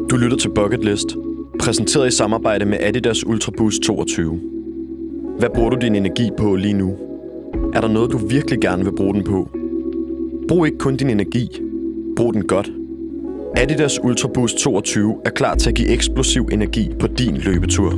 Du lytter til Bucket List, præsenteret i samarbejde med Adidas Ultraboost 22. Hvad bruger du din energi på lige nu? Er der noget, du virkelig gerne vil bruge den på? Brug ikke kun din energi. Brug den godt. Adidas Ultraboost 22 er klar til at give eksplosiv energi på din løbetur.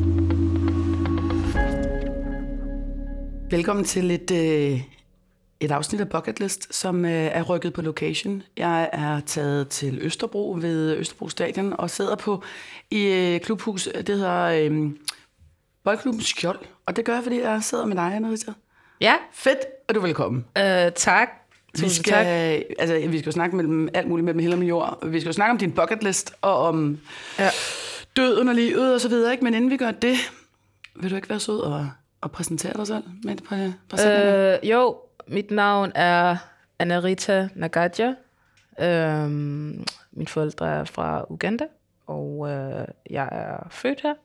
Velkommen til et afsnit af Bucket List, som er rykket på location. Jeg er taget til Østerbro ved Østerbro Stadion og sidder i klubhus, det hedder Boldklubben Skjold. Og det gør jeg, fordi jeg sidder med dig, Anna-Rita. Ja. Fedt, og du er velkommen. Tak. Vi skal jo snakke mellem alt muligt mellem himmel og jord. Vi skal jo snakke om din bucket list og om død under livet og så videre, ikke? Men inden vi gør det, vil du ikke være sød og præsentere dig selv med et par sætninger? Jo, mit navn er Anna-Rita Nagadja. Mine forældre er fra Uganda, og jeg er født her.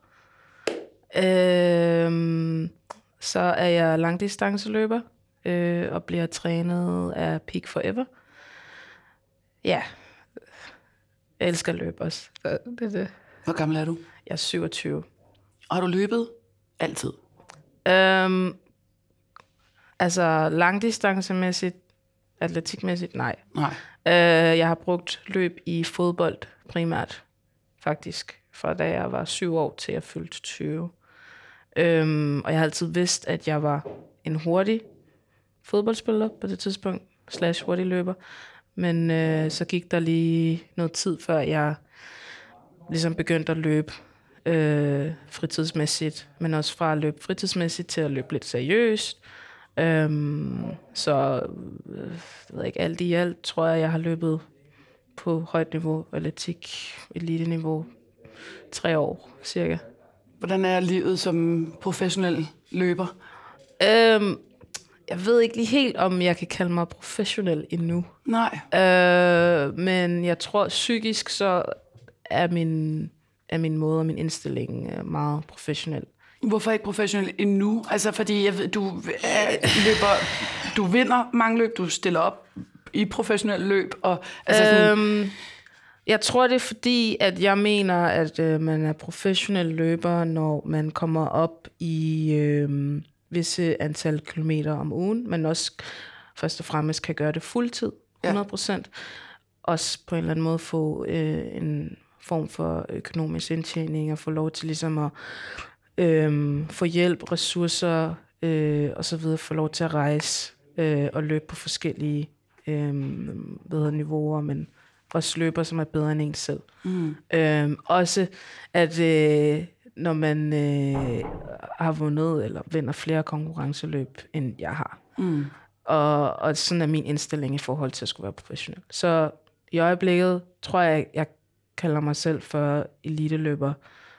Så er jeg langdistanceløber og bliver trænet af Peak Forever. Ja, jeg elsker at løbe også. Så det. Hvor gammel er du? Jeg er 27. Og har du løbet altid? Altså langdistancemæssigt, atletikmæssigt, nej. Jeg har brugt løb i fodbold primært, faktisk, fra da jeg var 7 år til jeg fyldte 20. Og jeg har altid vidst, at jeg var en hurtig fodboldspiller på det tidspunkt, / hurtig løber. Men så gik der lige noget tid, før jeg ligesom begyndte at løbe fritidsmæssigt, men også fra at løbe fritidsmæssigt til at løbe lidt seriøst. Så jeg ved ikke, alt i alt tror jeg har løbet på højt niveau, atletik, elite-niveau, 3 år cirka. Hvordan er livet som professionel løber? Jeg ved ikke lige helt, om jeg kan kalde mig professionel endnu. Nej. Men jeg tror psykisk, så er min måde og min indstilling meget professionel. Hvorfor ikke professionel endnu? Altså, fordi jeg ved, du vinder mange løb, du stiller op i professionel løb. Og, altså jeg tror, det er fordi, at jeg mener, at man er professionel løber, når man kommer op i visse antal kilometer om ugen, men også først og fremmest kan gøre det fuldtid, 100%. Også på en eller anden måde få en form for økonomisk indtjening og få lov til ligesom at få hjælp, ressourcer og så videre, få lov til at rejse og løbe på forskellige niveauer, men også løber, som er bedre end en selv. Også at når man har vundet eller vinder flere konkurrenceløb, end jeg har. Og sådan er min indstilling i forhold til at skulle være professionel. Så i øjeblikket tror jeg kalder mig selv for eliteløber.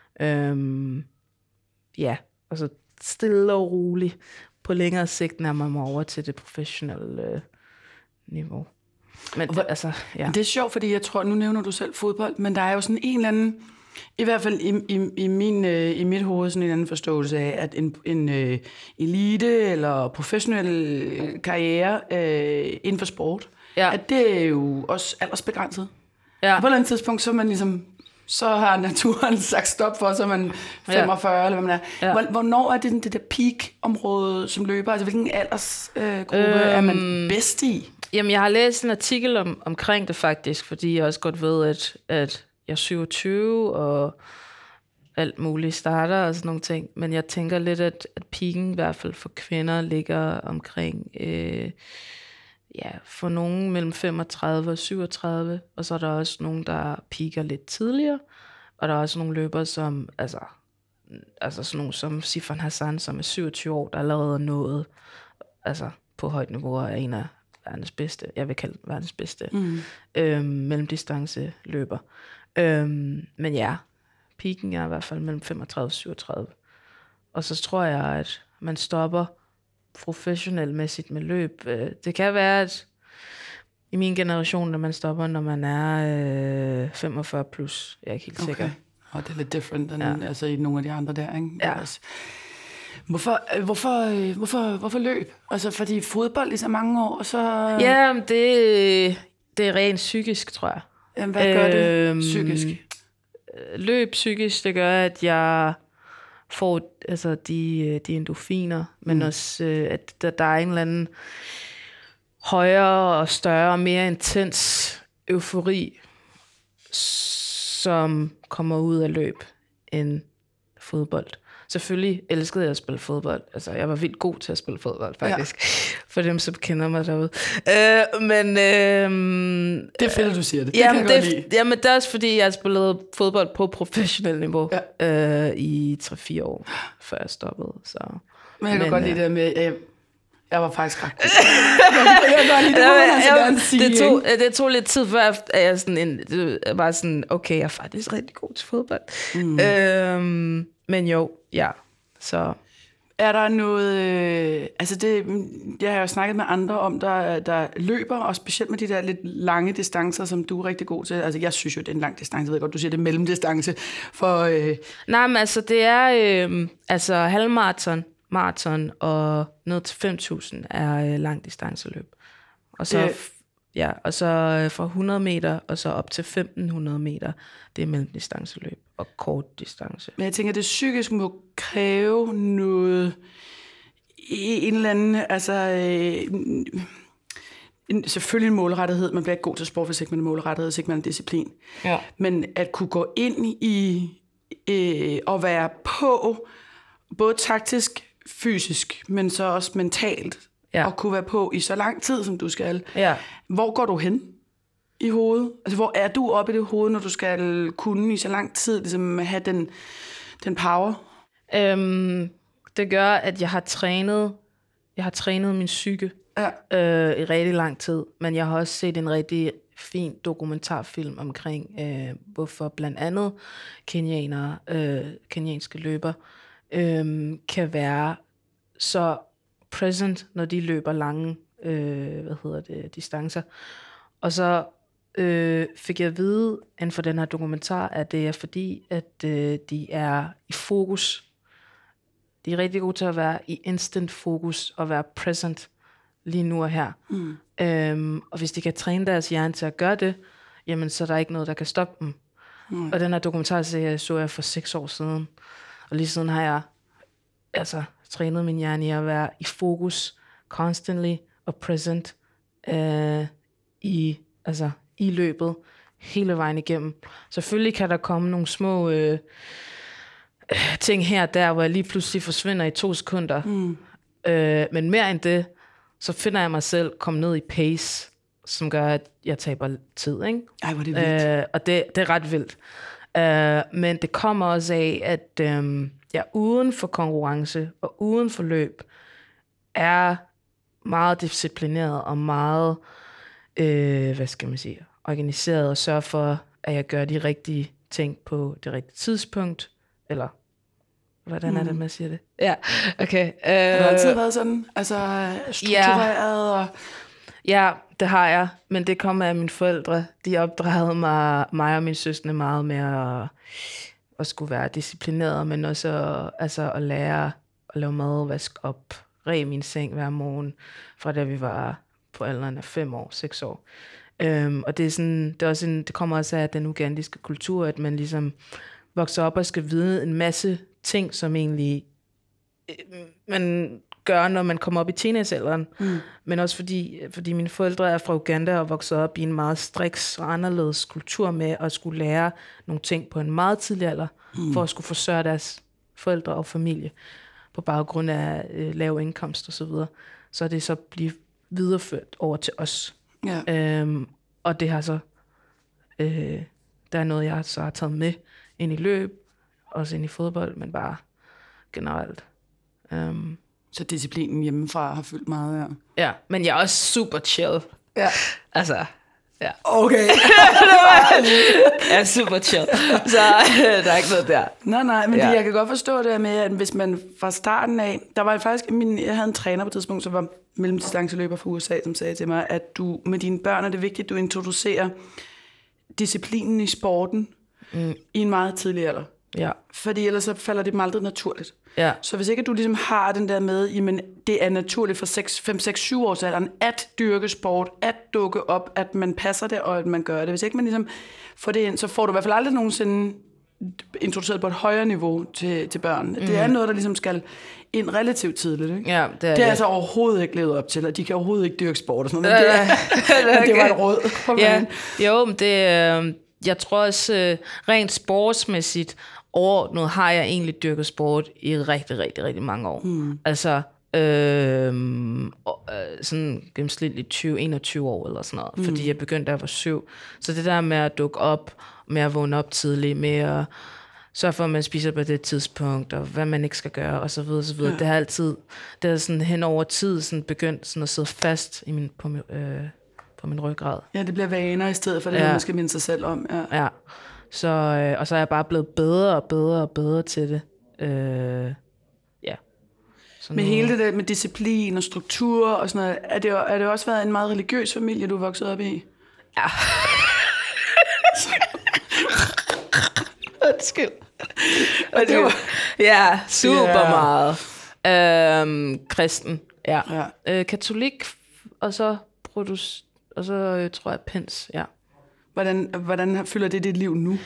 Og så stille og roligt på længere sigt nærmer mig over til det professionelle niveau. Men det er sjovt, fordi jeg tror, nu nævner du selv fodbold, men der er jo sådan en eller anden, i hvert fald i mit hoved, sådan en anden forståelse af, at en elite eller professionel karriere inden for sport, at det er jo også aldersbegrænset. Ja. På et eller andet tidspunkt, så er man ligesom, så har naturen sagt stop for, så er man 45, eller hvad man er. Ja. Hvornår er det der peak-område som løber? Altså, hvilken aldersgruppe er man bedst i? Jamen, jeg har læst en artikel omkring det faktisk, fordi jeg også godt ved, at jeg er 27, og alt muligt starter og sådan nogle ting. Men jeg tænker lidt, at peaken i hvert fald for kvinder ligger omkring, for nogen mellem 35 og 37. Og så er der også nogen, der peaker lidt tidligere. Og der er også nogle løbere, som, altså sådan nogle som Sifan Hassan, som er 27 år, der allerede er nået, altså på højt niveau, er en af verdens bedste, jeg vil kalde verdens bedste mellemdistanceløber. Men ja, peaken er i hvert fald mellem 35 og 37. Og så tror jeg, at man stopper professionelmæssigt med løb. Det kan være, at i min generation, når man stopper, når man er 45 plus. Jeg er ikke helt sikker. Og det er lidt different end altså i nogle af de andre der, ikke? Ja. Hvorfor løb? Altså, fordi fodbold i så mange år, så... Ja, det er rent psykisk, tror jeg. Jamen, hvad gør det psykisk? løb psykisk, det gør, at jeg får altså, de endorfiner, men også, at der er en eller anden højere og større og mere intens eufori, som kommer ud af løb end fodbold. Selvfølgelig elskede jeg at spille fodbold. Altså, jeg var vildt god til at spille fodbold, faktisk. Ja. For dem, som kender mig derude. Men det er fedt, at du siger det. Jamen, det er også, fordi jeg spillede fodbold på professionelt niveau i 3-4 år, før jeg stoppede. Så. Men jeg kan godt lide det med... Jeg var faktisk ret god. Jeg kan godt lide det, må man altså gerne sige. Det tog lidt tid, før jeg var sådan, okay, jeg er faktisk rigtig god til fodbold. Men jo, ja. Så. Er der noget... jeg har jo snakket med andre om, der løber, og specielt med de der lidt lange distancer, som du er rigtig god til. Altså, jeg synes jo, det er en lang distance. Jeg ved godt, du siger, det er mellemdistance. Nej, men altså, det er halvmaraton, maraton og ned til 5.000 er langdistanceløb. Og så, og så fra 100 meter og så op til 1.500 meter, det er mellemdistanceløb og kort distance. Men jeg tænker, det psykisk må kræve noget en eller anden, selvfølgelig en målrettighed. Man bliver ikke god til sport, hvis ikke man er målrettighed, hvis ikke man er disciplin. Ja. Men at kunne gå ind i og være på, både taktisk, fysisk, men så også mentalt, og kunne være på i så lang tid, som du skal. Ja. Hvor går du hen i hovedet? Altså, hvor er du oppe i det hoved, når du skal kunne i så lang tid, ligesom have den power? Det gør, at jeg har trænet min psyke i rigtig lang tid, men jeg har også set en rigtig fin dokumentarfilm omkring, hvorfor blandt andet kenyanske løber kan være så present, når de løber lange distancer. Og så fik jeg at vide inden for den her dokumentar, at det er fordi, at de er i fokus. De er rigtig gode til at være i instant fokus og være present lige nu og her. Og hvis de kan træne deres hjerne til at gøre det, jamen så er der ikke noget, der kan stoppe dem. Og den her dokumentar så jeg for 6 år siden. Og lige siden har jeg trænet min hjerne i at være i fokus constantly og present i løbet hele vejen igennem. Selvfølgelig kan der komme nogle små ting her og der, hvor jeg lige pludselig forsvinder i 2 sekunder. Men mere end det, så finder jeg mig selv komme ned i pace, som gør, at jeg taber tid. Ikke? Ej, hvor det er vildt. Og det er ret vildt. Men det kommer også af, at jeg uden for konkurrence og uden for løb er meget disciplineret og meget organiseret og sørger for, at jeg gør de rigtige ting på det rigtige tidspunkt. Eller hvordan er det, man siger det? Ja, okay. Har du altid været sådan? Altså struktureret? Og... Ja, det har jeg. Men det kom af mine forældre. De opdragede mig og min søster meget med at skulle være disciplineret, men også at lære at lave mad, vaske op, rege min seng hver morgen, fra da vi var på alderen af 5 år, 6 år. Og det kommer også af den ugandiske kultur, at man ligesom vokser op og skal vide en masse ting, som egentlig man gør, når man kommer op i teenagealderen. Men også fordi mine forældre er fra Uganda og vokset op i en meget striks og anderledes kultur med at skulle lære nogle ting på en meget tidlig alder, for at skulle forsørge deres forældre og familie på baggrund af lav indkomst og så videre. Så er det så blive videreført over til os. Ja. Og det har så der er noget, jeg så har taget med ind i løb, også ind i fodbold, men bare generelt. Så disciplinen hjemmefra har fyldt meget, ja. Ja, men jeg er også super chill. Ja. Altså, ja. Okay. Jeg er super chill. Så der er ikke noget der. Nej, men jeg kan godt forstå det med, at hvis man fra starten af... Der var faktisk... Jeg havde en træner på et tidspunkt, som var mellemdistanceløber fra USA, som sagde til mig, at du med dine børn er det vigtigt, at du introducerer disciplinen i sporten i en meget tidlig alder. Ja. Fordi ellers så falder det dem aldrig naturligt. Ja. Så hvis ikke du ligesom har den der med, jamen det er naturligt for 5, 6, 7 års alderen at dyrke sport, at dukke op, at man passer det, og at man gør det. Hvis ikke man ligesom får det ind, så får du i hvert fald aldrig nogensinde introduceret på et højere niveau til børn. Det er noget, der ligesom skal ind relativt tidligt. Ikke? Ja, det er det er altså overhovedet ikke levet op til, og de kan overhovedet ikke dyrke sport og sådan noget, men det var et råd. Ja, jo, men det, jeg tror også, rent sportsmæssigt, overordnet har jeg egentlig dyrket sport i rigtig, rigtig, rigtig mange år. Altså, sådan gennemsnitligt 21 år eller sådan noget, fordi jeg begyndte, da jeg var 7. Så det der med at dukke op, med at vågne op tidligt, med at sørge for, at man spiser på det tidspunkt, og hvad man ikke skal gøre, og så videre, så videre. Ja. Det har altid, det er sådan hen over tid sådan begyndt sådan at sidde fast i på min ryggrad. Ja, det bliver vaner i stedet for det, man skal minde sig selv om. Ja. Så, og så er jeg bare blevet bedre og bedre og bedre til det. Ja. Med hele det der med disciplin og struktur og sådan noget, er det også været en meget religiøs familie, du er vokset op i? Ja. Undskyld. Ja, super meget. Kristen, ja. Katolik, og så tror jeg pins, ja. Hvordan fylder det dit liv nu?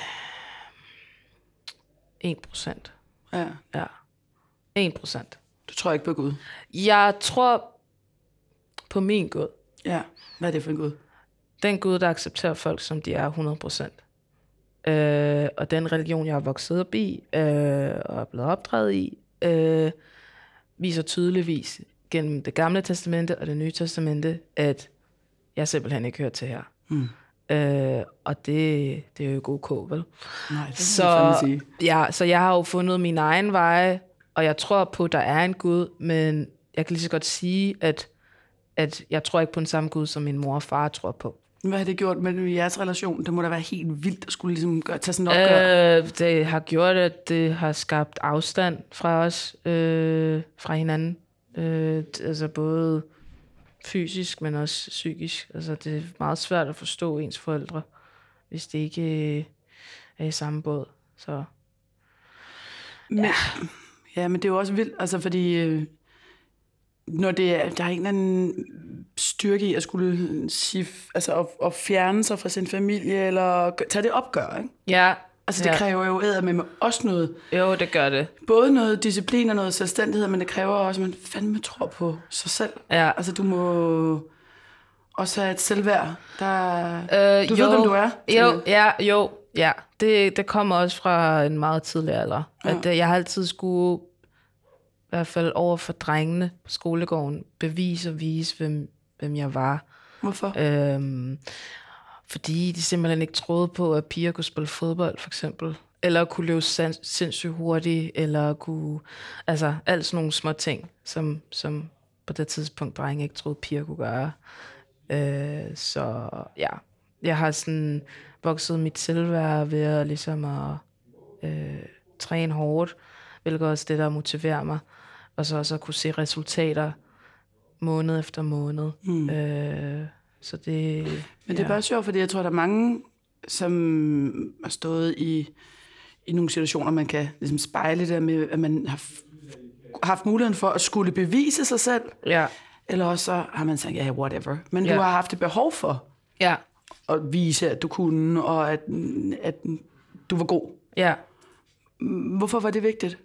1%. Ja. 1%. Du tror ikke på Gud? Jeg tror på min Gud. Ja, hvad er det for en Gud? Den Gud, der accepterer folk, som de er 100%. Og den religion, jeg har vokset op i, og er blevet opdraget i, viser tydeligvis gennem det gamle testamente og det nye testamente, at jeg simpelthen ikke hører til her. Og det er jo god kog, vel? Nej, det så, sige. Ja, så jeg har jo fundet min egen vej, og jeg tror på, at der er en Gud, men jeg kan lige så godt sige, at jeg tror ikke på den samme Gud, som min mor og far tror på. Hvad har det gjort med jeres relation? Det må da være helt vildt at skulle ligesom tage sådan et opgør. Det har gjort, at det har skabt afstand fra os, fra hinanden. Altså både fysisk, men også psykisk. Altså det er meget svært at forstå ens forældre, hvis det ikke er i samme båd. Så men det er jo også vildt, altså fordi når der er en eller anden styrke i at skulle sige, altså at fjerne sig fra sin familie, eller tage det opgør, ikke? Ja. Altså det kræver jo med også noget. Jo, det gør det. Både noget disciplin og noget selvstændighed, men det kræver også, at man fandme tror på sig selv. Ja. Altså du må også have et selvværd, der du ved, hvem du er. Ja. Det kommer også fra en meget tidlig alder. Ja. At jeg har altid skulle, i hvert fald over for drengene på skolegården, bevise og vise, hvem jeg var. Hvorfor? Fordi de simpelthen ikke troede på, at piger kunne spille fodbold, for eksempel. Eller kunne løbe sindssygt hurtigt, eller kunne... Altså, alt sådan nogle små ting, som på det tidspunkt drenge ikke troede, piger kunne gøre. Så ja, jeg har sådan vokset mit selvværd ved at ligesom at træne hårdt, hvilket også det, der motiverer mig. Og så også at kunne se resultater måned efter måned. Så det... Men det er bare sjovt, fordi jeg tror, der er mange, som har stået i nogle situationer, man kan ligesom spejle det med, at man har haft muligheden for at skulle bevise sig selv. Ja. Eller også så har man sagt, ja, whatever. Men du har haft et behov for at vise, at du kunne, og at du var god. Ja. Hvorfor var det vigtigt?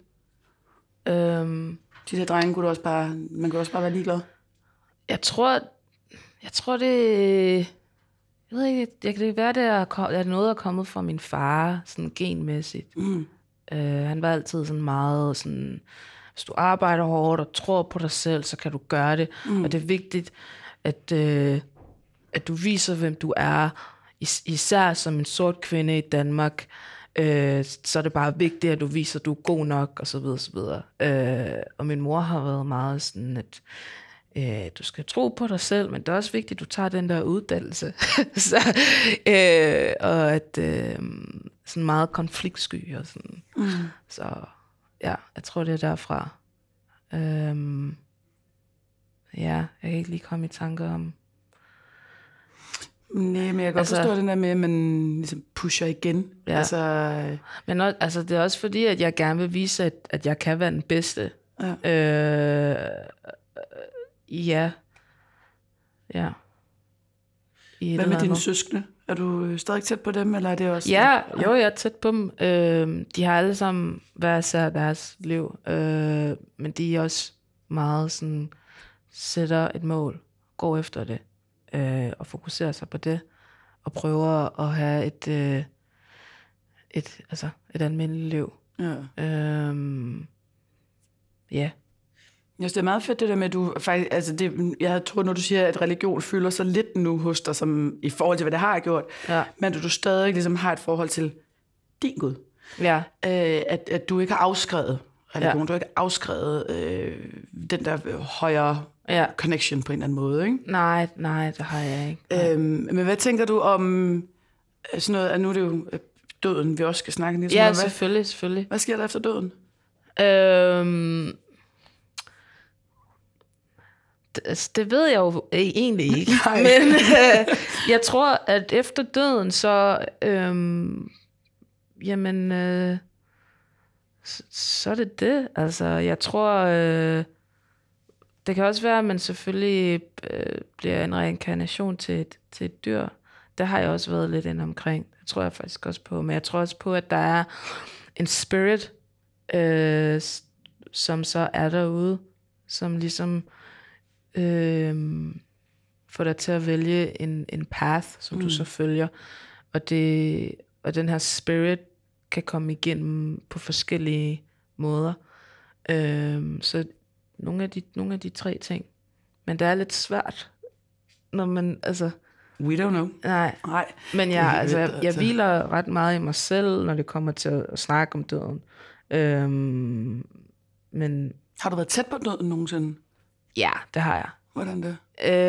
De der drenge kunne man kunne også bare være ligeglad. Jeg tror det... Jeg ved ikke, det kan være, det er noget, der er kommet fra min far, sådan genmæssigt. Han var altid sådan meget sådan, hvis du arbejder hårdt og tror på dig selv, så kan du gøre det. Og det er vigtigt, at du viser, hvem du er. Især som en sort kvinde i Danmark, så er det bare vigtigt, at du viser, at du er god nok, og så videre, så videre. Og min mor har været meget sådan, at du skal tro på dig selv, men det er også vigtigt, at du tager den der uddannelse. Og at sådan meget konfliktsky og sådan. Så ja, jeg tror, det er derfra. Jeg kan ikke lige komme i tanker om... Nej, men jeg kan godt forstå den der med, at man ligesom pusher igen. Ja. Men også, det er også fordi, at jeg gerne vil vise, at jeg kan være den bedste. Ja. Hvad med dine søskende? Er du stadig tæt på dem, eller er det også... Ja, jo, jeg er tæt på dem. De har alle sammen hver især deres liv, men de er også meget sådan, sætter et mål, går efter det, og fokuserer sig på det, og prøver at have et almindeligt liv. Ja. Ja. Jeg synes, det er meget fedt, det der med, at du faktisk... Altså det, jeg tror, når du siger, at religion fylder så lidt nu hos dig, som i forhold til, hvad det har gjort, men at du stadig ligesom har et forhold til din Gud. Ja. At du ikke har afskrevet religion, du har ikke afskrevet den der højere connection på en eller anden måde, ikke? Nej, det har jeg ikke. Men hvad tænker du om sådan noget, at nu er det jo døden, vi også skal snakke lidt om? Ja, selvfølgelig. Hvad sker der efter døden? Det ved jeg jo egentlig ikke. Men jeg tror, at efter døden, så så er det det. Altså, jeg tror, det kan også være, at man selvfølgelig bliver en reinkarnation til et dyr. Det har jeg også været lidt inde omkring. Det tror jeg faktisk også på. Men jeg tror også på, at der er en spirit, som så er derude, som ligesom får dig til at vælge en path, som du så følger. Og den her spirit kan komme igennem på forskellige måder. Så nogle af de 3 ting. Men det er lidt svært, når man, altså... We don't know. Nej. Men jeg hviler ret meget i mig selv, når det kommer til at snakke om døden. Men... Har du været tæt på døden nogensinde? Ja, det har jeg. Hvordan det?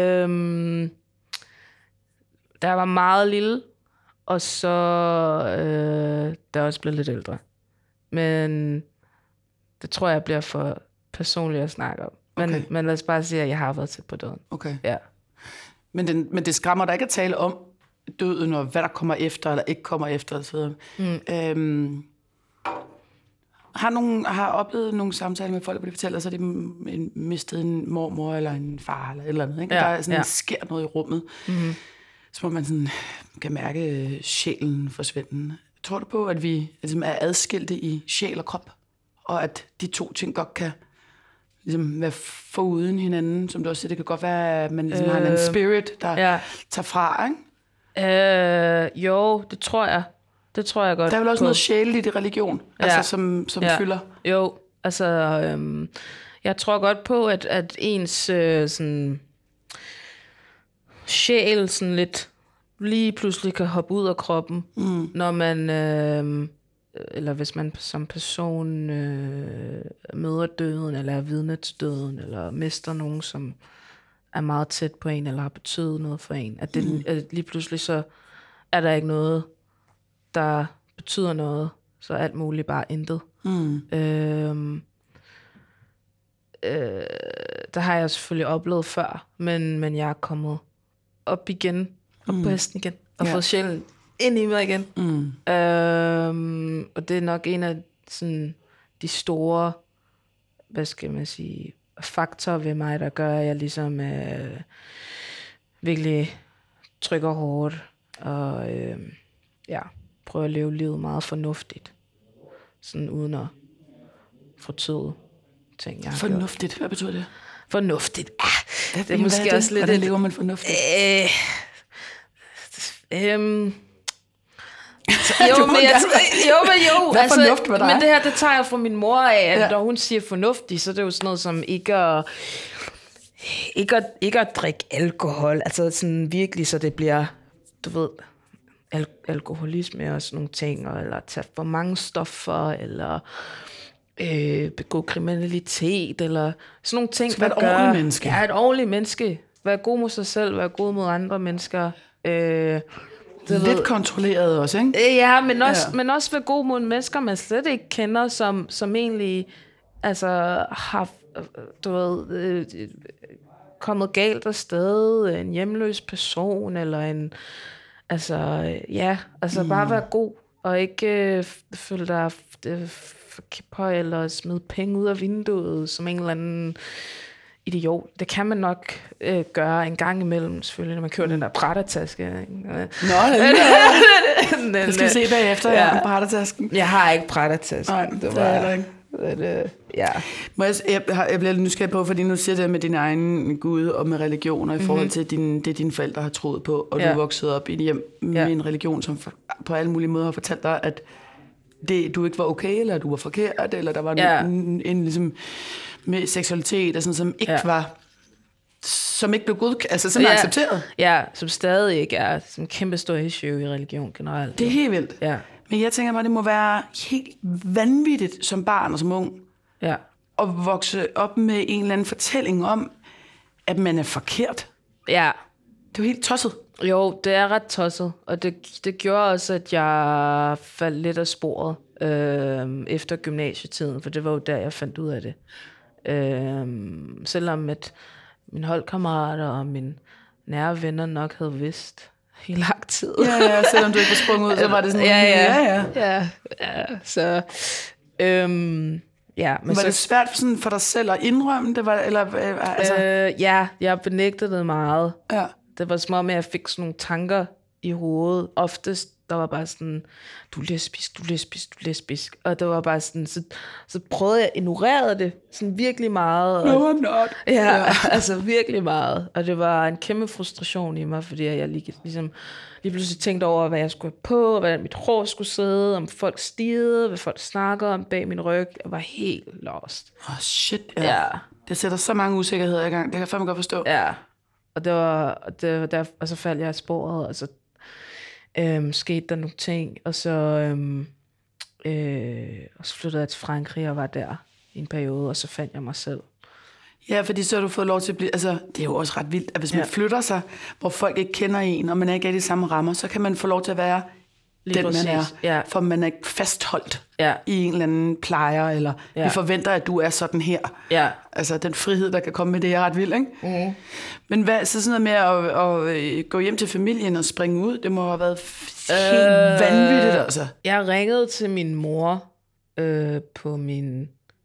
Da jeg var meget lille, og så da jeg også blev lidt ældre. Men det tror jeg bliver for personligt at snakke om. Men lad os bare sige, at jeg har været tæt på døden. Okay. Ja. Men det skræmmer dig ikke at tale om døden, og hvad der kommer efter, eller ikke kommer efter, osv. Har oplevet nogle samtaler med folk, hvor de fortæller, så de mistet en mormor, eller en far, eller et eller andet. Ikke? Der er sådan, sker noget i rummet, så man sådan kan mærke sjælen forsvinde. Tror du på, at vi ligesom er adskilte i sjæl og krop, og at de 2 ting godt kan ligesom være foruden hinanden, som du også siger, det kan godt være, at man ligesom har en spirit, der tager fra, ikke? Jo, det tror jeg. Det tror jeg godt. Der er vel også noget sjæleligt i religion, altså, som fylder. Jo, altså, jeg tror godt på, at ens sådan, sjæl sådan lidt lige pludselig kan hoppe ud af kroppen, når man, eller hvis man som person møder døden, eller er vidne til døden, eller mister nogen, som er meget tæt på en, eller har betydet noget for en. At det lige pludselig så er der ikke noget, der betyder noget, så alt muligt bare intet. Der har jeg selvfølgelig oplevet før, men jeg er kommet op igen, op på hesten igen, og fået sjælen ind i mig igen. Og det er nok en af sådan, de store, hvad skal man sige, faktorer ved mig, der gør, at jeg ligesom virkelig trykker hårdt, og prøver at leve livet meget fornuftigt. Sådan uden at fortryde ting, jeg har fornuftigt? Hvad betyder det? Fornuftigt? Det er måske det? Også lidt... Hvordan lever man fornuftigt? Jo. Hvad er fornuft med dig? Men det her, det tager jeg fra min mor af, at når hun siger fornuftigt, så er det jo sådan noget som ikke at drikke alkohol. Altså sådan virkelig, så det bliver, du ved, alkoholisme og sådan nogle ting, eller tage for mange stoffer, eller begå kriminalitet, eller sådan nogle ting. Så være et ordentligt menneske. Ja, et ordentligt menneske. Være god mod sig selv, være god mod andre mennesker. Lidt kontrolleret også, ikke? Ja, men også være god mod mennesker, man slet ikke kender, som egentlig altså, har kommet galt afsted, en hjemløs person, eller en... bare være god, og ikke føle dig for kipphøj, eller smide penge ud af vinduet, som en eller anden idiot. Det kan man nok gøre en gang imellem, selvfølgelig, når man kører den der Prada-taske. Nå, det skal vi se bagefter, ja. Prada-tasken. Jeg har ikke Prada-tasken. Nej, det var heller ikke. Ja. Jeg bliver lidt nysgerrig på, fordi nu siger det med din egen Gud og med religioner i forhold til det, dine forældre har troet på, og du er vokset op i et hjem med en religion, som på alle mulige måder har fortalt dig, at du ikke var okay, eller du var forkert, eller der var en ligesom med seksualitet, og sådan, som ikke var, som ikke blev altså som accepteret. Ja, som stadig ikke er som kæmpe stor issue i religion generelt. Det er helt vildt. Ja. Men jeg tænker bare, det må være helt vanvittigt som barn og som ung, at vokse op med en eller anden fortælling om, at man er forkert. Ja. Det er jo helt tosset. Jo, det er ret tosset, og det gjorde også, at jeg faldt lidt af sporet efter gymnasietiden, for det var jo der, jeg fandt ud af det. Selvom at mine holdkammerater og mine nære venner nok havde vidst i lang tid. Ja, selvom du ikke var sprunget ud, så var det sådan... Ja. Så... men var det svært for dig selv at indrømme det? Jeg benægtede det meget. Ja. Det var som om, at jeg fik sådan nogle tanker i hovedet. Oftest, der var bare sådan, du er lesbisk. Og det var bare sådan, så prøvede jeg at ignorere det sådan virkelig meget. No, I'm not. Ja, altså virkelig meget. Og det var en kæmpe frustration i mig, fordi jeg lige pludselig tænkte over, hvad jeg skulle have på, hvordan mit hår skulle sidde, om folk stirrede, hvad folk snakkede om bag min ryg. Jeg var helt lost. Shit, ja. Det sætter så mange usikkerheder i gang. Det kan jeg fandme godt forstå. Ja. Og det var der, og så faldt jeg af sporet, og så skete der nogle ting, og så flyttede jeg til Frankrig og var der i en periode, og så fandt jeg mig selv. Ja, fordi så har du fået lov til at blive... Altså, det er jo også ret vildt, at hvis man flytter sig, hvor folk ikke kender en, og man ikke er i de samme rammer, så kan man få lov til at være lige den, man er. For man er ikke fastholdt i en eller anden plejer, eller vi forventer, at du er sådan her. Ja. Altså, den frihed, der kan komme med det, er ret vild, ikke? Mm. Men hvad, så sådan noget med at gå hjem til familien og springe ud, det må have været helt vanvittigt, altså. Jeg ringede til min mor på min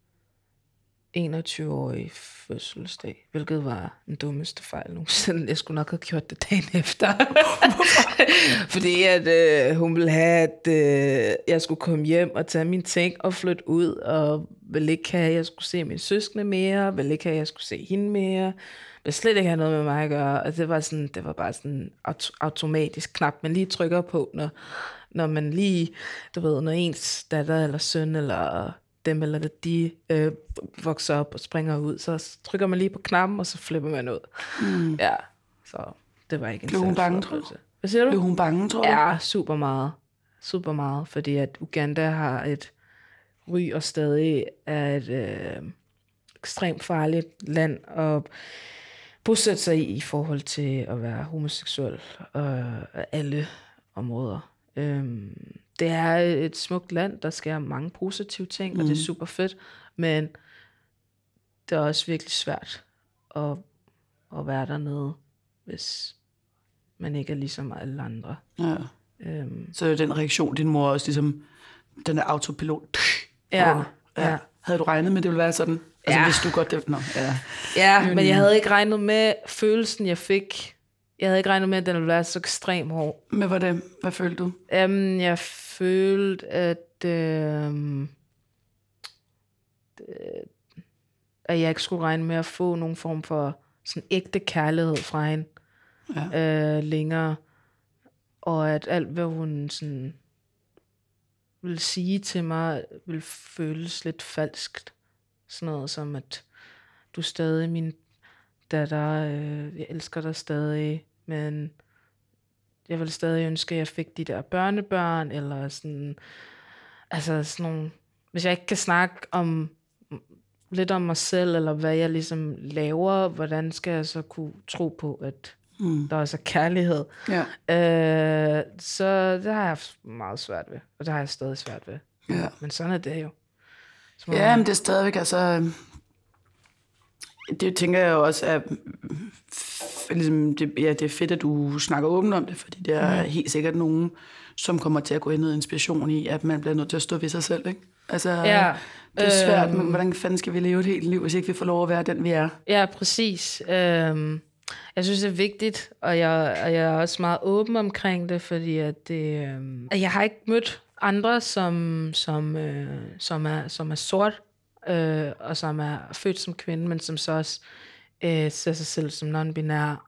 21-årige fødselsdag, hvilket var den dummeste fejl nogensinde. Jeg skulle nok have gjort det dagen efter. Fordi at hun ville have, at jeg skulle komme hjem og tage mine ting og flytte ud, og ville ikke have, at jeg skulle se mine søskende mere, ville ikke have, at jeg skulle se hende mere, ville slet ikke have noget med mig at gøre. Og det var bare sådan automatisk knap, man lige trykker på, når man lige, du ved, når ens datter eller søn eller dem eller de vokser op og springer ud, så trykker man lige på knappen, og så flipper man ud. Mm. Ja, så det var ikke en særlig hun bange, tror du? Hvad siger du? Blev hun bange, tror du? Ja, super meget. Super meget, fordi at Uganda har et ry og stadig er et ekstremt farligt land at bosætte sig i forhold til at være homoseksuel af alle områder. Det er et smukt land, der sker mange positive ting, og det er super fedt, men det er også virkelig svært at være dernede, hvis man ikke er ligesom alle andre. Ja. Så er den reaktion, din mor også ligesom, den er autopilot. Ja. Havde du regnet med, det ville være sådan? Altså, hvis du godt det... Ja, men jeg havde ikke regnet med følelsen, jeg fik. Jeg havde ikke regnet med, at den ville være så ekstremt hård. Men hvad følte du? Jeg følte, at jeg ikke skulle regne med at få nogen form for sådan ægte kærlighed fra hende længere. Og at alt, hvad hun sådan ville sige til mig, ville føles lidt falskt. Sådan noget som, at du er stadig min datter, jeg elsker dig stadig, men jeg vil stadig ønske, at jeg fik de der børnebørn, eller sådan, altså sådan nogle, hvis jeg ikke kan snakke lidt om mig selv, eller hvad jeg ligesom laver, hvordan skal jeg så kunne tro på, at der også er kærlighed. Ja. Så det har jeg haft meget svært ved, og det har jeg stadig svært ved. Ja. Men sådan er det jo. Ja, men det er stadigvæk, altså... Det tænker jeg jo også, at ligesom, det er fedt, at du snakker åbent om det, fordi det er helt sikkert nogen, som kommer til at gå ind noget inspiration i, at man bliver nødt til at stå ved sig selv, ikke? Altså, det er svært, men hvordan fanden skal vi leve et helt liv, hvis ikke vi får lov at være den, vi er? Ja, præcis. Jeg synes, det er vigtigt, og jeg er også meget åben omkring det, fordi at jeg har ikke mødt andre, som er sort, og som er født som kvinde, men som så også ser sig selv som non-binær,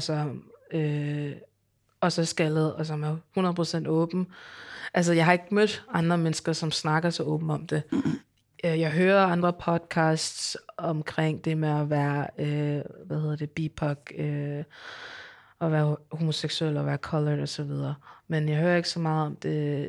og så skaldet, og som er 100% åben. Altså, jeg har ikke mødt andre mennesker, som snakker så åben om det. Jeg hører andre podcasts omkring det med at være, BIPOC, og være homoseksuel, og være colored og så videre. Men jeg hører ikke så meget om det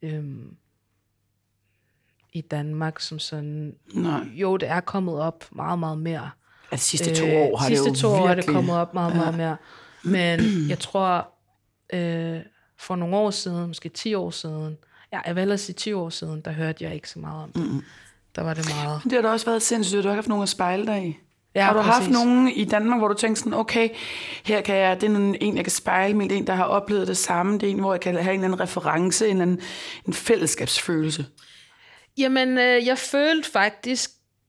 i Danmark, som sådan... Nej. Jo, det er kommet op meget, meget mere. De sidste 2 år har det jo virkelig... Sidste 2 år er det kommet op meget, meget mere. Men jeg tror, for nogle år siden, måske 10 år siden, jeg vil ellers sige 10 år siden, der hørte jeg ikke så meget om det. Der var det meget. Det har da også været sindssygt, du har haft nogen at spejle dig i. Ja, har du præcis. haft nogen i Danmark, hvor du tænker sådan, okay, her kan jeg, det er en, jeg kan spejle mig, det er en, der har oplevet det samme, det er en, hvor jeg kan have en eller anden reference, en fællesskabsfølelse? Jamen, jeg følte faktisk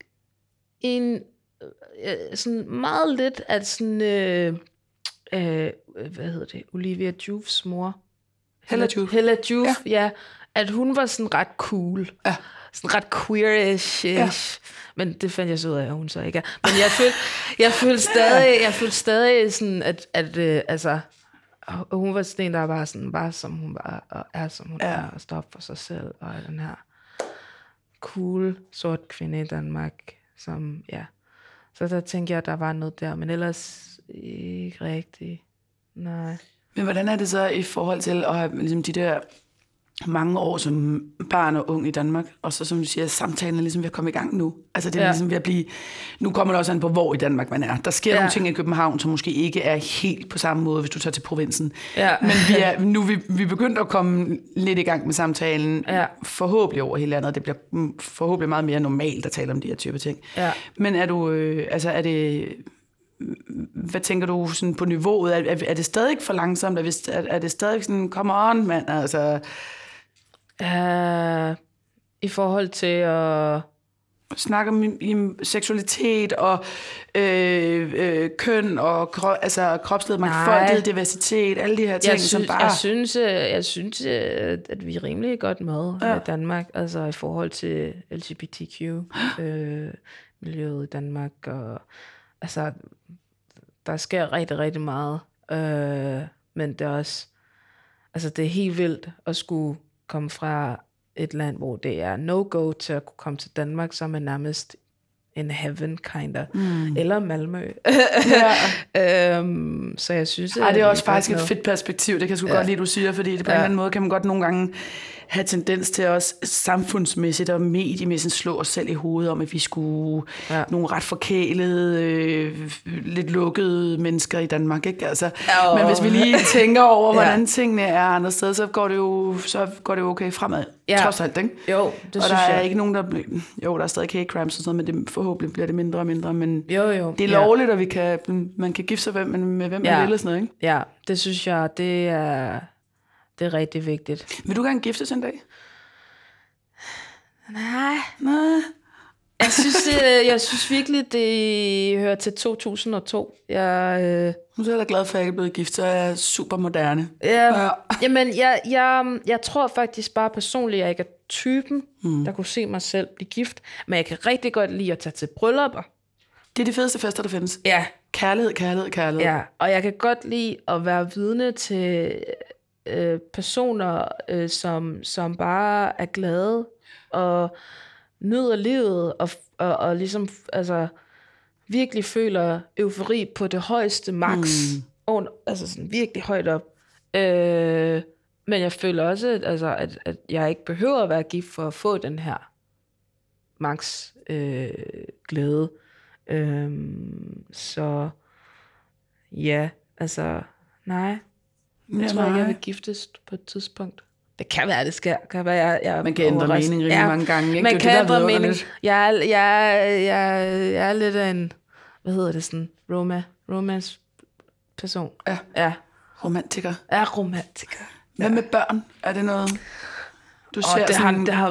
sådan meget lidt, at sådan, Olivia Jufs mor. Hella Juf, ja. At hun var sådan ret cool. Ja. Sådan ret queer-ish. Ja. Men det fandt jeg så ud af, at hun så ikke er. Men jeg følte stadig sådan, at altså, hun var sådan en, der var som hun var, og er som hun er, og står op for sig selv, og den her cool sort kvinde i Danmark, som, så der tænkte jeg, at der var noget der, men ellers ikke rigtigt. Nej. Men hvordan er det så i forhold til at have ligesom de der mange år som barn og ung i Danmark, og så som du siger, samtalen er ligesom ved at komme i gang nu. Altså det er ligesom ved at blive, nu kommer det også an på, hvor i Danmark man er. Der sker nogle ting i København, som måske ikke er helt på samme måde, hvis du tager til provinsen. Ja. Men vi er begyndt at komme lidt i gang med samtalen, forhåbentlig over hele landet. Det bliver forhåbentlig meget mere normalt at tale om de her typer ting. Ja. Men er du, er det... Hvad tænker du sådan på niveauet? Er det stadig for langsomt? Er det stadig sådan, come on, mand? Altså... I forhold til at... Snakke om seksualitet og køn og kropslighed, mangfoldighed, diversitet, alle de her ting, som bare... Jeg synes, at vi er rimelig godt med i Danmark, altså i forhold til LGBTQ-miljøet i Danmark, og altså, der sker rigtig, rigtig meget, men det er også, altså det er helt vildt at skulle komme fra et land, hvor det er no-go til at kunne komme til Danmark, som er nærmest in heaven, kinda. Eller Malmø. Så jeg synes... det er også faktisk et fedt perspektiv, det kan jeg sgu godt lide, du siger, fordi det på en eller anden måde kan man godt nogle gange have tendens til også samfundsmæssigt og mediemæssigt slå os selv i hovedet om, at vi skulle nogle ret forkælede, lidt lukkede mennesker i Danmark, ikke? Altså, men hvis vi lige tænker over, hvordan tingene er andre steder, så går det jo okay fremad. Trods alt, ikke? Jo, det og synes der er jeg. ikke nogen, der er stadig hate crimes og sådan noget, men det, forhåbentlig bliver det mindre og mindre, men jo. det er lovligt, og man kan gifte sig med hvem man vil og sådan noget, ikke? Ja, det synes jeg, det er rigtig vigtigt. Vil du gerne giftes en dag? Nej. Jeg synes virkelig, det hører til 2002. Nu er jeg da glad for, at jeg ikke er blevet gift, så er jeg super moderne. Jamen, jeg tror faktisk bare personligt, at jeg ikke er typen, der kunne se mig selv blive gift. Men jeg kan rigtig godt lide at tage til bryllupper. Det er de fedeste fester, der findes. Ja. Kærlighed. Ja, og jeg kan godt lide at være vidne til personer, som bare er glade og nyder livet og ligesom altså virkelig føler eufori på det højeste max, altså sådan virkelig højt op. Men jeg føler også, at jeg ikke behøver at være gift for at få den her max glæde. Så ja, altså nej. Jeg tror ikke, jeg vil giftes på et tidspunkt. Det kan være, det sker. Kan være, jeg man kan ændre mening rigtig mange gange. Ikke? Man det kan ændre mening. Jeg er lidt af en, hvad hedder det sådan, romance person. Ja. Romantiker. Ja, romantiker. Hvad med børn? Er det noget? Du ser det har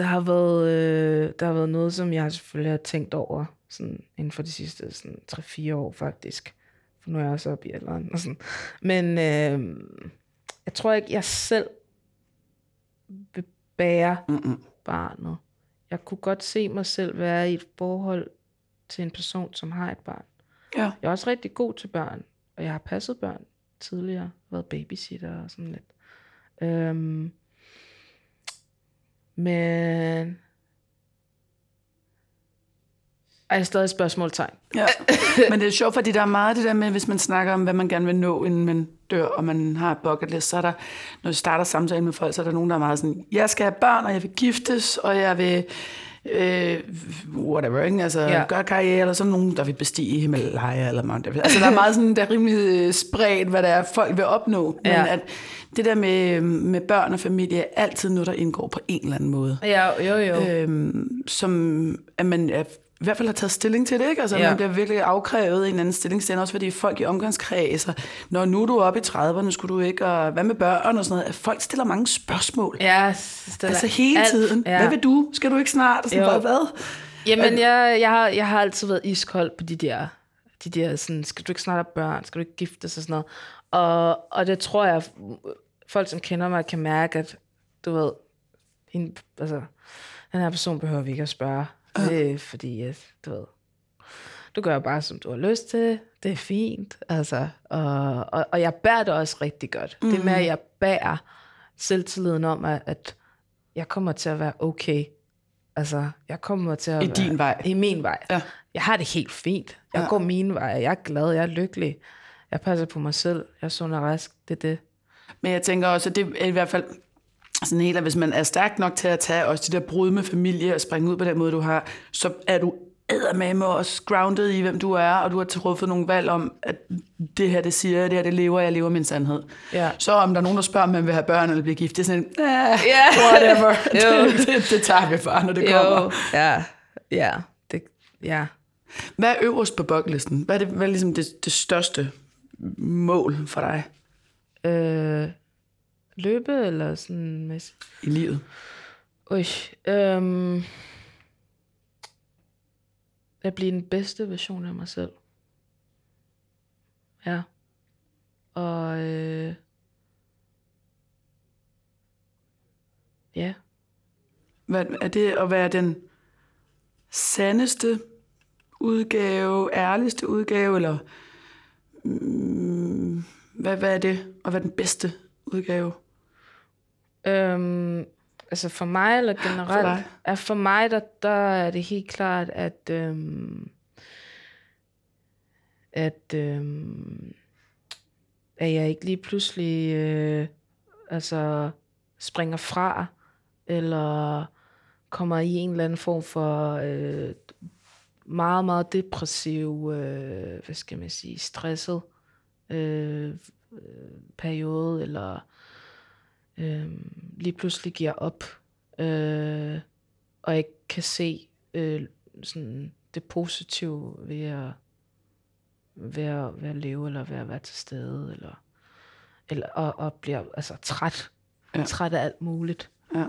været noget, som jeg selvfølgelig har tænkt over sådan, inden for de sidste sådan, 3-4 år faktisk. For nu er jeg også oppe i alderen. Og sådan. Men jeg tror ikke, jeg selv vil bære barnet. Jeg kunne godt se mig selv være i et forhold til en person, som har et barn. Ja. Jeg er også rigtig god til børn, og jeg har passet børn tidligere, været babysitter og sådan lidt. Men er stadig et spørgsmålstegn. Ja. Men det er sjovt, fordi der er meget det der med, hvis man snakker om, hvad man gerne vil nå, inden man dør, og man har et bucket list, så er der, når du starter samtalen med folk, så er der nogen, der er meget sådan, jeg skal have børn, og jeg vil giftes, og jeg vil whatever, ikke? Altså gøre karriere, eller sådan nogen, der vil bestige Himalaya, eller Mount Everest. Altså der er meget sådan, der er rimelig spredt, hvad det er, folk vil opnå. Men at det der med børn og familie, er altid noget, der indgår på en eller anden måde. Ja, jo. Som at man i hvert fald har taget stilling til det, ikke? Altså, man bliver virkelig afkrævet en anden stilling, også fordi folk i omgangskredser, når nu er du oppe i 30'erne, skulle du ikke, og hvad med børn og sådan noget, at folk stiller mange spørgsmål. Ja, altså hele tiden. Ja. Hvad vil du? Skal du ikke snart? Og sådan bare, hvad? Jamen, jeg har altid været iskold på de der sådan, skal du ikke snart have børn? Skal du ikke giftes og sådan noget? Og det tror jeg, folk som kender mig kan mærke, at du ved, den her person behøver vi ikke at spørge. Det er fordi, du ved, du gør bare, som du har lyst til. Det er fint. Altså, og jeg bærer det også rigtig godt. Det er med, at jeg bærer selvtilliden om, at jeg kommer til at være okay. Altså, jeg kommer til at være din vej. I min vej. Ja. Jeg har det helt fint. Jeg går min vej. Jeg er glad. Jeg er lykkelig. Jeg passer på mig selv. Jeg er sund og rask. Det er det. Men jeg tænker også, at det er i hvert fald sådan helt, at hvis man er stærk nok til at tage også de der brud med familie og springe ud på den måde, du har, så er du eddermame også grounded i, hvem du er, og du har truffet nogle valg om, at det her, det siger jeg, det her, det lever jeg lever min sandhed. Ja. Så om der er nogen, der spørger, om man vil have børn eller blive gift, det er sådan en, whatever. det tager vi bare, når det kommer. Ja. Hvad er øverst på bucketlisten? Hvad er ligesom det største mål for dig? Løbe eller sådan mæssigt? I livet? At blive den bedste version af mig selv. Ja. Og ja. Hvad er det at være den sandeste udgave, ærligste udgave, eller hvad er det at være den bedste udgave? Altså for mig, eller generelt? For mig, der er det helt klart, at jeg ikke lige pludselig springer fra, eller kommer i en eller anden form for meget, meget depressiv, stresset periode, eller lige pludselig giver op, og ikke kan se sådan det positive ved at leve, eller ved at være til stede, eller og bliver altså træt af alt muligt. Ja.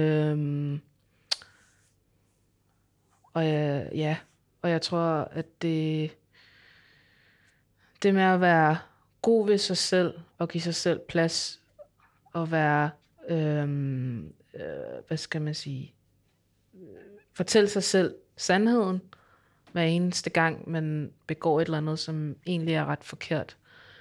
Og jeg tror, at det med at være god ved sig selv, og give sig selv plads, og være, fortælle sig selv sandheden, hver eneste gang, man begår et eller andet, som egentlig er ret forkert.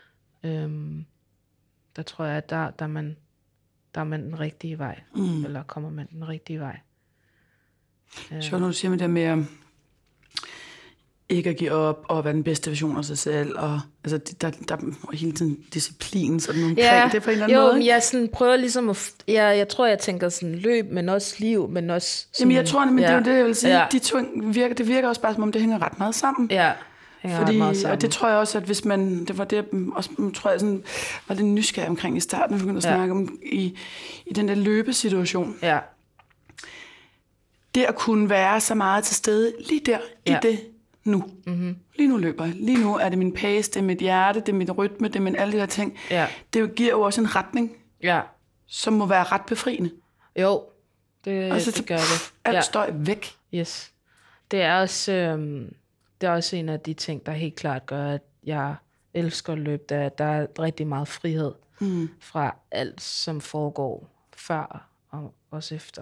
Der tror jeg, at der er man den rigtige vej, eller kommer man den rigtige vej. Så når du siger med det med ikke at give op, og være den bedste version af sig selv, og altså, der er hele tiden disciplin, sådan nogle omkring det på en eller anden måde. Jo, jeg sådan prøver ligesom jeg tror, jeg tænker sådan løb, men også liv, men også sådan, jamen, jeg tror, men det er jo det, jeg vil sige. De to det virker også bare, som om det hænger ret meget sammen. Ja, fordi, meget sammen. Og det tror jeg også, at hvis man, det var det, også, tror jeg sådan, var det nysgerrig omkring i starten, vi begyndte at snakke om, i den der løbesituation. Ja. Det at kunne være så meget til stede, lige der, i det, nu. Mm-hmm. Lige nu løber jeg. Lige nu er det min pace, det er mit hjerte, det er mit rytme, det er alle de der ting. Ja. Det giver jo også en retning, som må være ret befriende. Jo, det gør det. Alt støj væk. Yes. Det er også en af de ting, der helt klart gør, at jeg elsker at løbe. Der er rigtig meget frihed fra alt, som foregår før og også efter.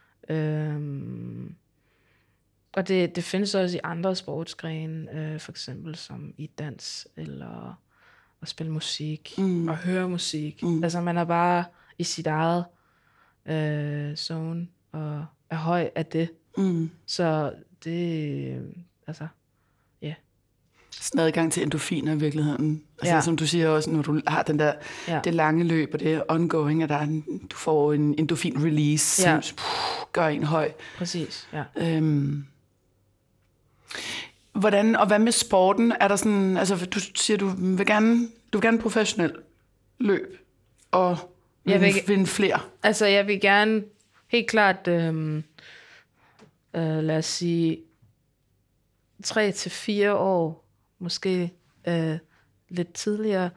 Og det findes også i andre sportsgrene, for eksempel som i dans, eller at spille musik, og høre musik. Altså man er bare i sit eget zone, og er høj af det. Så det, altså, ja. Yeah. Sådan adgang til endorfiner i virkeligheden. Altså som du siger også, når du har den der, det lange løb, og det er ongoing, og du får en endorfin-release, som gør en høj. Præcis, ja. Hvordan, og hvad med sporten? Er der sådan, altså du siger, du vil gerne professionel løb, og vinde flere? Altså jeg vil gerne, helt klart, lad os sige, 3 til 4 år, måske lidt tidligere,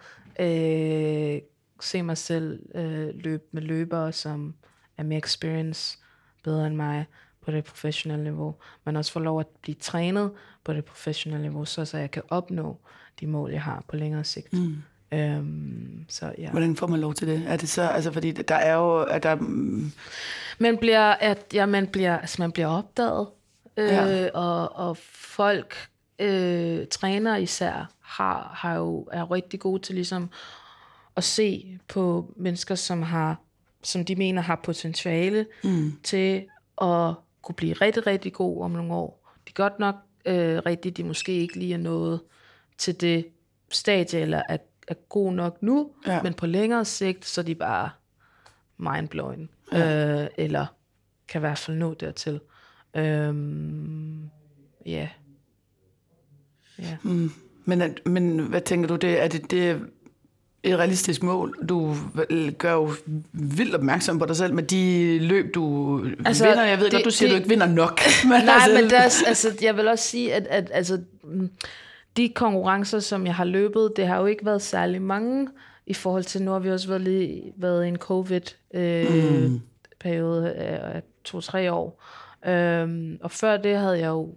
se mig selv løbe med løbere, som er mere experience, bedre end mig på det professionelle niveau, men også få lov at blive trænet på det professionelle niveau, så jeg kan opnå de mål, jeg har på længere sigt. Så, ja. Hvordan får man lov til det? Er det så, altså fordi der er jo, man bliver opdaget, og folk, trænere især, er rigtig gode til ligesom at se på mennesker, som de mener har potentiale til at kunne blive rigtig, rigtig gode om nogle år. De er godt nok de måske ikke lige er nået til det stadie, eller er god nok nu, men på længere sigt, så er de bare mindblowing. Eller kan i hvert fald nå dertil. Ja. Men hvad tænker du, det er et realistisk mål? Du gør jo vildt opmærksom på dig selv med de løb, du vinder. Jeg ved godt, du siger, du ikke vinder nok. Men men jeg vil også sige, at de konkurrencer, som jeg har løbet, det har jo ikke været særlig mange i forhold til, nu har vi også været i en covid-periode af 2-3 år. Og før det havde jeg jo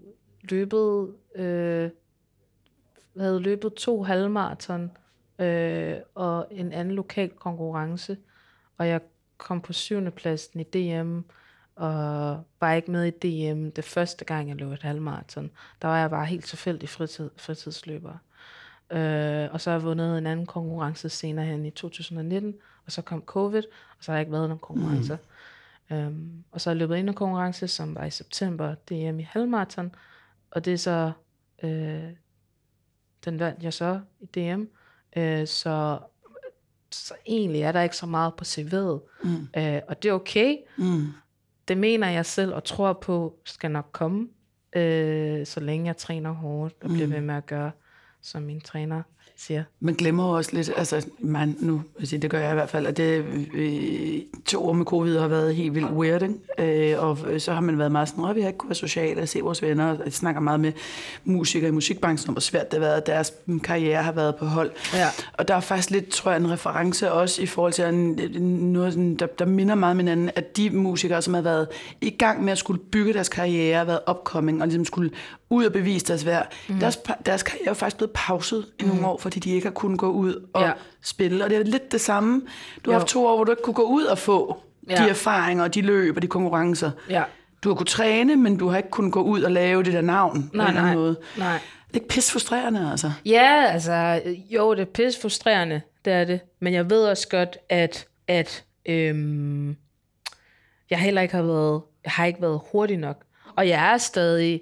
løbet 2 halvmarathon og en anden lokal konkurrence, og jeg kom på 7. pladsen i DM, og var ikke med i DM det første gang, jeg løb et halvmarathon. Der var jeg bare helt tilfældig fritidsløber. Og så har jeg vundet en anden konkurrence senere hen i 2019, og så kom covid, og så har jeg ikke været nogen konkurrencer. Og så har jeg løbet en konkurrence, som var i september, DM i halvmarathon, og det er så, den vandt jeg så i DM, så egentlig er der ikke så meget på CV'et, og det er okay. Det mener jeg selv og tror på skal nok komme, så længe jeg træner hårdt og bliver ved med at gøre, som min træner siger. Man glemmer også lidt, altså det gør jeg i hvert fald, at det 2 år med covid har været helt vildt weird, ikke? Og så har man været meget sådan, vi har ikke kunnet være sociale og se vores venner, og jeg snakker meget med musikere i musikbranchen om, hvor svært det har været, deres karriere har været på hold. Ja. Og der er faktisk lidt, tror jeg, en reference også i forhold til noget, der minder meget om hinanden, at de musikere, som har været i gang med at skulle bygge deres karriere, været upcoming, og ligesom skulle ud og bevise deres værd. Deres karriere er faktisk blevet pauset i nogle år, fordi de ikke har kunnet gå ud og spille. Og det er lidt det samme. Du har haft 2 år, hvor du ikke kunne gå ud og få de erfaringer, og de løb og de konkurrencer. Ja. Du har kunnet træne, men du har ikke kunnet gå ud og lave det der navn på en eller anden måde. Nej. Det er ikke pisse frustrerende, altså. Ja, altså, jo, det er pisse frustrerende, det er det. Men jeg ved også godt, at jeg heller ikke har ikke været hurtig nok. Og jeg er stadig,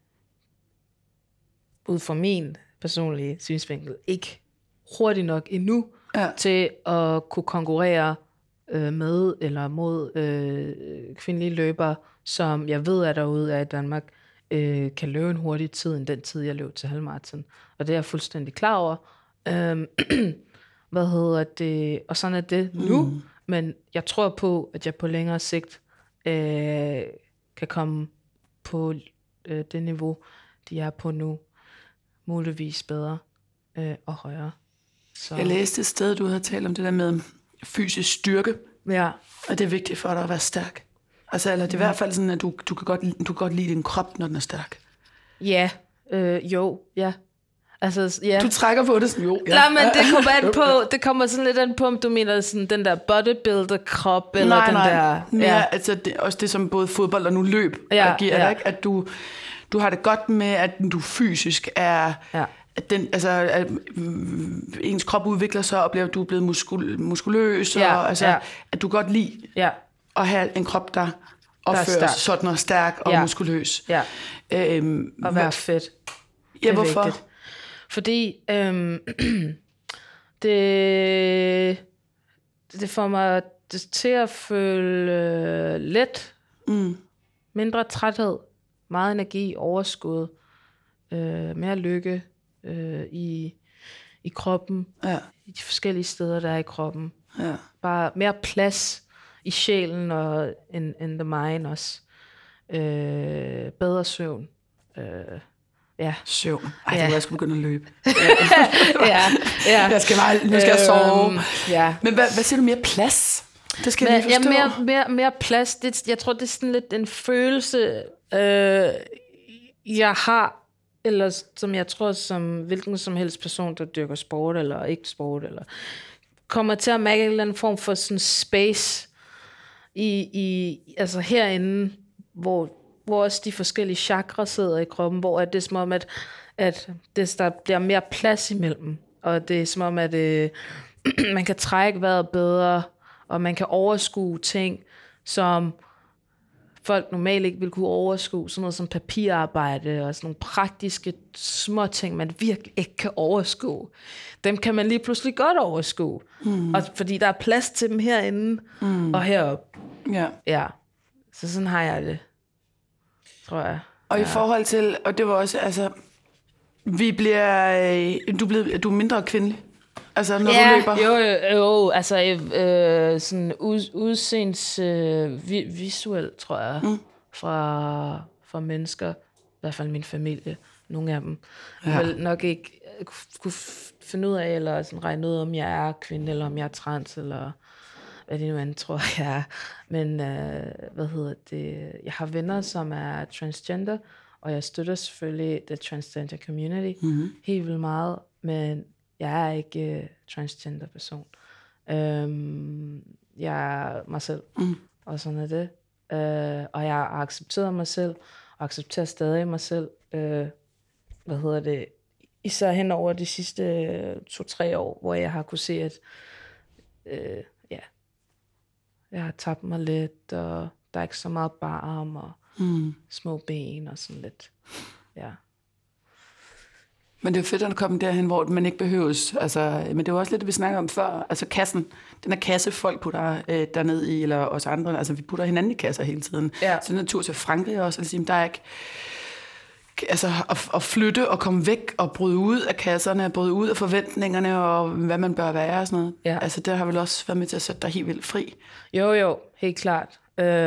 ud fra min personlige synsvinkel, ikke hurtig nok endnu til at kunne konkurrere med eller mod kvindelige løbere, som jeg ved er derude er i Danmark, kan løbe en hurtig tid end den tid, jeg løb til halvmarathon. Og det er jeg fuldstændig klar over. Og sådan er det nu. Men jeg tror på, at jeg på længere sigt kan komme på det niveau, de er på nu. Muligvis bedre og højere. Så. Jeg læste et sted, du havde talt om det der med fysisk styrke, Ja. Og det er vigtigt for dig at være stærk. Altså, eller det er i hvert fald sådan, at du kan godt lide din krop, når den er stærk. Ja. Jo. Ja. Altså, ja. Du trækker på det sådan, jo. Ja. Nej, men det kommer an på, det kommer sådan lidt an på, om du mener sådan den der bodybuilder-krop, eller nej, den der... mere, altså det, også det, som både fodbold og nu løb giver dig, ikke? At du har det godt med, at du fysisk er... Ja. At ens krop udvikler sig, og du er blevet muskuløs, og altså, at du godt lide at have en krop, der opfører sig sådan og stærk og muskuløs. Ja. Og være fedt. Ja, hvorfor? Vigtigt. Fordi det får mig til at føle let, mindre træthed, meget energi, overskud, mere lykke i kroppen, i de forskellige steder, der er i kroppen. Ja. Bare mere plads i sjælen og in the mind også. Bedre søvn. Ja. Søvn. Ej, det var jeg skulle begynde at løbe. Ja. Nu skal jeg sove. Ja. Men hvad siger du, mere plads? Det skal jeg lige forstå. Mere plads. Jeg tror, det er sådan lidt en følelse, jeg har, eller som jeg tror, som hvilken som helst person, der dyrker sport, eller ikke sport, eller kommer til at mærke en eller anden form for sådan space altså herinde, hvor også de forskellige chakrer sidder i kroppen, hvor det er som om, at der bliver mere plads imellem, og det er som om, at man kan trække vejret bedre, og man kan overskue ting, som folk normalt ikke vil kunne overskue, sådan noget som papirarbejde, og sådan nogle praktiske små ting, man virkelig ikke kan overskue. Dem kan man lige pludselig godt overskue, og fordi der er plads til dem herinde, og heroppe. Ja. Så sådan har jeg det, tror jeg. Og i forhold til, og det var også, altså, du er mindre kvindelig, altså når du løber. Jo, altså sådan udseendes visuelt, tror jeg, fra mennesker, i hvert fald min familie, nogle af dem, vil nok ikke kunne finde ud af, eller sådan regne ud, om jeg er kvinde, eller om jeg er trans, eller hvad det nu andet tror jeg er. Men jeg har venner, som er transgender, og jeg støtter selvfølgelig the transgender community helt vildt meget, men jeg er ikke transgender person. Jeg er mig selv, og sådan er det. Og jeg har accepteret mig selv, og accepterer stadig mig selv. Især hen over de sidste 2-3 år, hvor jeg har kunne se, at jeg har tabt mig lidt, og der er ikke så meget barm og små ben og sådan lidt. Ja. Men det er jo fedt at komme derhen, hvor man ikke behøves. Altså, men det er jo også lidt, det vi snakker om før. Altså kassen, den her kasse, folk putter derned i, eller os andre. Altså vi putter hinanden i kasser hele tiden. Ja. Så den er tur til Frankrig også. Altså, der er ikke... Altså at flytte og komme væk og bryde ud af kasserne, bryde ud af forventningerne og hvad man bør være og sådan noget. Ja. Altså det har vel også været med til at sætte dig helt vildt fri. Jo, helt klart.